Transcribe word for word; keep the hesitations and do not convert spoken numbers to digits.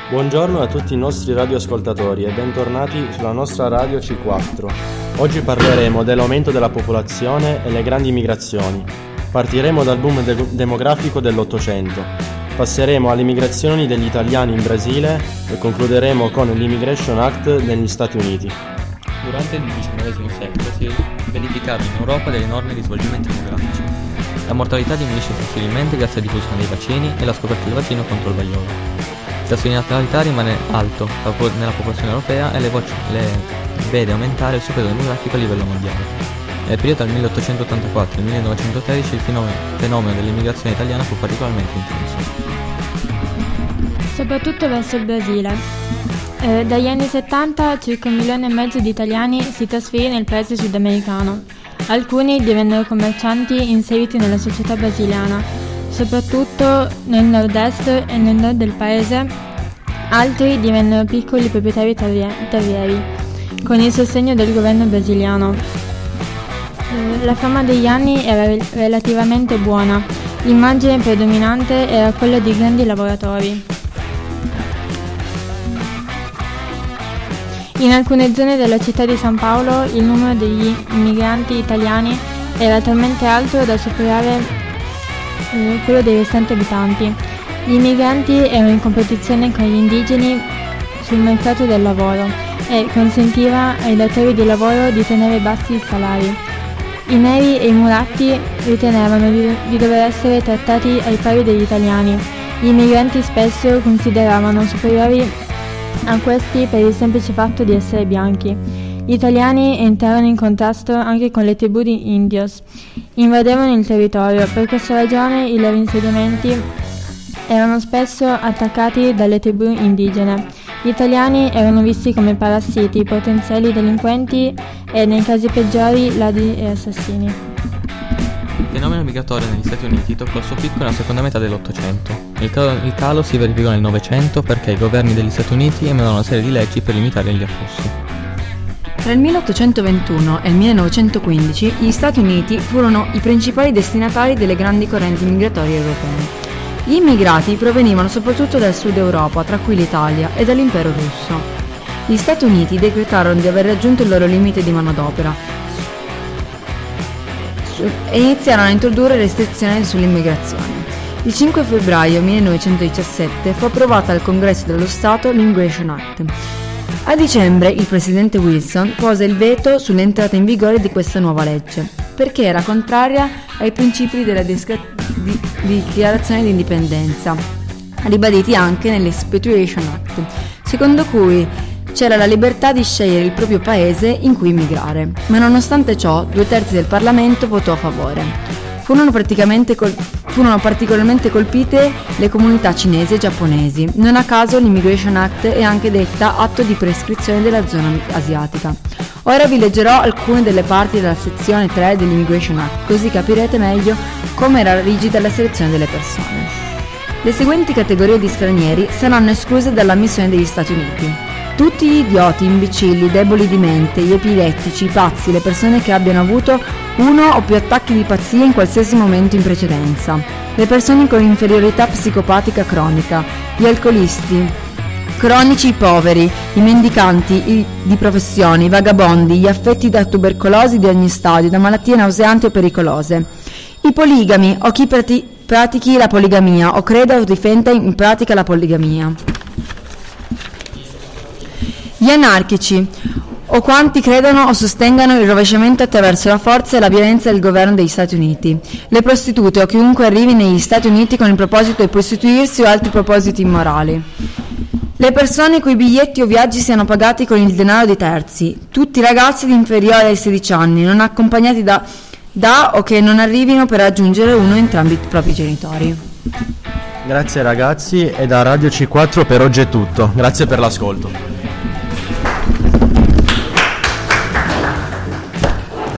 Buongiorno a tutti i nostri radioascoltatori e bentornati sulla nostra radio C quattro. Oggi parleremo dell'aumento della popolazione e le grandi migrazioni. Partiremo dal boom de- demografico dell'Ottocento. Passeremo alle migrazioni degli italiani in Brasile e concluderemo con l'Immigration Act negli Stati Uniti. Durante il diciannovesimo secolo si verificarono in Europa degli enormi risvolgimenti demografici. La mortalità diminuisce sensibilmente grazie alla diffusione dei vaccini e alla scoperta del vaccino contro il vaiolo. Il tasso di natalità rimane alto nella popolazione europea e le, voci, le vede aumentare il suo peso demografico a livello mondiale. Nel periodo dal milleottocentottantaquattro al millenovecentotredici il fenomeno dell'immigrazione italiana fu particolarmente intenso. Soprattutto verso il Brasile. Eh, dagli anni settanta circa un milione e mezzo di italiani si trasferì nel paese sudamericano. Alcuni divennero commercianti inseriti nella società brasiliana, soprattutto nel nord-est e nel nord del paese. Altri divennero piccoli proprietari terrieri, con il sostegno del governo brasiliano. Eh, la fama degli anni era re- relativamente buona, l'immagine predominante era quella di grandi lavoratori. In alcune zone della città di San Paolo il numero degli immigranti italiani era talmente alto da superare eh, quello dei restanti abitanti. Gli immigranti erano in competizione con gli indigeni sul mercato del lavoro e consentiva ai datori di lavoro di tenere bassi i salari. I neri e i muratti ritenevano di, di dover essere trattati ai pari degli italiani. Gli immigranti spesso consideravano superiori a questi per il semplice fatto di essere bianchi. Gli italiani entrarono in contrasto anche con le tribù di indios, invadevano il territorio. Per questa ragione i loro insediamenti erano spesso attaccati dalle tribù indigene. Gli italiani erano visti come parassiti, potenziali delinquenti e, nei casi peggiori, ladri e assassini. Il fenomeno migratorio negli Stati Uniti toccò il suo picco nella seconda metà dell'Ottocento. Il calo, il calo si verificò nel Novecento perché i governi degli Stati Uniti emanarono una serie di leggi per limitare gli afflussi. Tra il milleottocentoventuno e il millenovecentoquindici gli Stati Uniti furono i principali destinatari delle grandi correnti migratorie europee. Gli immigrati provenivano soprattutto dal sud Europa, tra cui l'Italia, e dall'impero russo. Gli Stati Uniti decretarono di aver raggiunto il loro limite di manodopera e iniziarono a introdurre restrizioni sull'immigrazione. Il cinque febbraio millenovecentodiciassette fu approvata al Congresso dello Stato l'Immigration Act. A dicembre il presidente Wilson pose il veto sull'entrata in vigore di questa nuova legge, perché era contraria ai principi della disca- di- di dichiarazione di indipendenza, ribaditi anche nell'Expatriation Act, secondo cui c'era la libertà di scegliere il proprio paese in cui immigrare, ma nonostante ciò due terzi del Parlamento votò a favore. Furono, praticamente col- furono particolarmente colpite le comunità cinesi e giapponesi. Non a caso l'Immigration Act è anche detta atto di prescrizione della zona asiatica. Ora vi leggerò alcune delle parti della sezione tre dell'Immigration Act, così capirete meglio come era rigida la selezione delle persone. Le seguenti categorie di stranieri saranno escluse dall'ammissione degli Stati Uniti. Tutti gli idioti, imbecilli, deboli di mente, gli epilettici, i pazzi, le persone che abbiano avuto uno o più attacchi di pazzia in qualsiasi momento in precedenza, le persone con inferiorità psicopatica cronica, gli alcolisti, cronici poveri, i mendicanti i, di professioni, i vagabondi, gli affetti da tubercolosi di ogni stadio, da malattie nauseanti o pericolose, i poligami o chi prati, pratichi la poligamia o creda o difenda in pratica la poligamia. Gli anarchici, o quanti credono o sostengano il rovesciamento attraverso la forza e la violenza del governo degli Stati Uniti, le prostitute o chiunque arrivi negli Stati Uniti con il proposito di prostituirsi o altri propositi immorali, le persone i cui biglietti o viaggi siano pagati con il denaro di terzi, tutti i ragazzi di inferiore ai sedici anni, non accompagnati da, da o che non arrivino per raggiungere uno o entrambi i propri genitori. Grazie ragazzi, e da Radio C quattro per oggi è tutto. Grazie per l'ascolto.